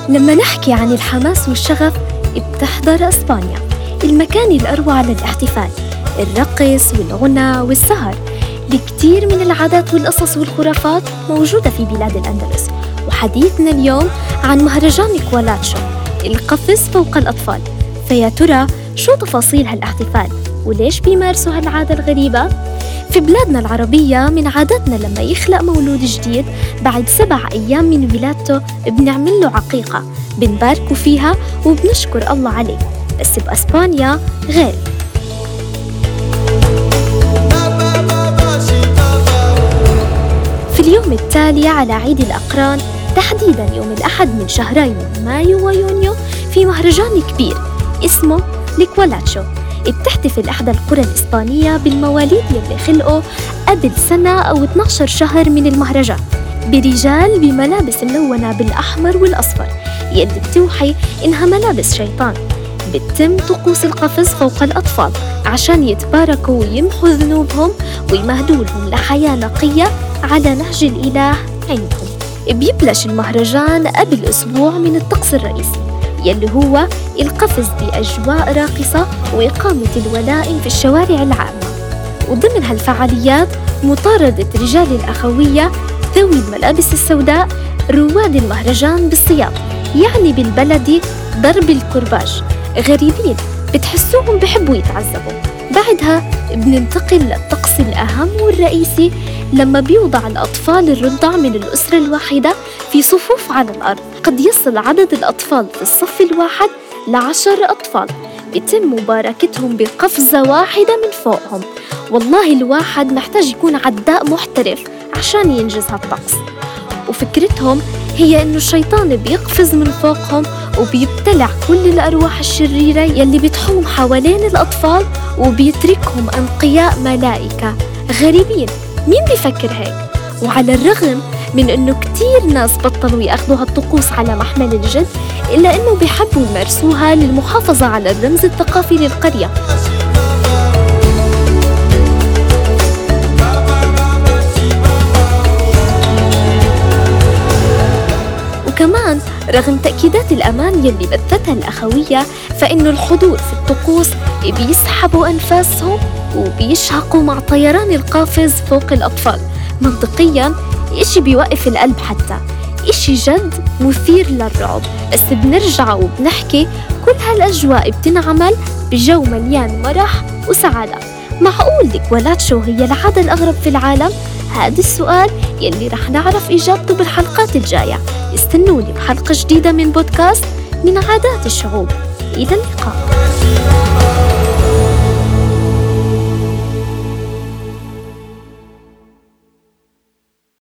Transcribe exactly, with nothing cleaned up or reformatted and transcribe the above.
لما نحكي عن الحماس والشغف بتحضر أسبانيا، المكان الأروع للاحتفال، الرقص والغنى والسهر. لكتير من العادات والقصص والخرافات موجودة في بلاد الأندلس. وحديثنا اليوم عن مهرجان كوالاتشو، القفز فوق الأطفال. فيا ترى شو تفاصيل هالاحتفال وليش بيمارسوا هالعادة الغريبة؟ في بلادنا العربية من عاداتنا لما يخلق مولود جديد بعد سبع أيام من ولادته بنعمل له عقيقة، بنباركوا فيها وبنشكر الله عليه. بس بأسبانيا غير. في اليوم التالي على عيد الأقران، تحديداً يوم الأحد من شهرين مايو ويونيو، في مهرجان كبير اسمه الكوالاتشو. بتحتفل إحدى القرى الإسبانية بالمواليد يلي خلقوا قبل سنة أو اثناشر شهر من المهرجان، برجال بملابس ملونة بالأحمر والأصفر يلي بتوحي إنها ملابس شيطان. بتتم طقوس القفز فوق الأطفال عشان يتباركوا ويمحوا ذنوبهم ويمهدوا لهم لحياة نقية على نهج الإله عندهم. بيبلش المهرجان قبل أسبوع من الطقس الرئيسي يلي هو القفز بأجواء راقصة وإقامة الولائم في الشوارع العامة. وضمن هالفعاليات مطاردة رجال الأخوية ذوي الملابس السوداء رواد المهرجان بالصيام، يعني بالبلدي ضرب الكرباج. غريبين بتحسوهم بحبوا يتعذبوا. بعدها بننتقل للطقس الأهم والرئيسي لما بيوضع الأطفال الرضع من الأسرة الواحدة في صفوف على الأرض. قد يصل عدد الأطفال في الصف الواحد لعشر أطفال. بيتم مباركتهم بقفزة واحدة من فوقهم. والله الواحد محتاج يكون عداء محترف عشان ينجز هالطقس. وفكرتهم هي إنه الشيطان بيقفز من فوقهم وبيبتلع كل الأرواح الشريرة يلي بتحوم حوالين الأطفال وبيتركهم أنقياء ملائكة. غريبين، مين بيفكر هيك؟ وعلى الرغم من إنه كتير ناس بطلوا يأخذوا هالطقوس على محمل الجد، إلا إنه بيحبوا يمارسوها للمحافظة على الرمز الثقافي للقرية. وكمان رغم تأكيدات الأمان يلي بثتها الأخوية، فإنه الحضور في الطقوس بيسحبوا أنفاسهم وبيشهقوا مع طيران القافز فوق الأطفال. منطقياً إشي بيوقف القلب، حتى إشي جد مثير للرعب. بس بنرجع وبنحكي كل هالأجواء بتنعمل بجو مليان مرح وسعادة. معقول الكوالاتشو هي العادة الأغرب في العالم؟ هذا السؤال يلي رح نعرف إجابته بالحلقات الجاية. استنوني بحلقة جديدة من بودكاست من عادات الشعوب. إلى اللقاء.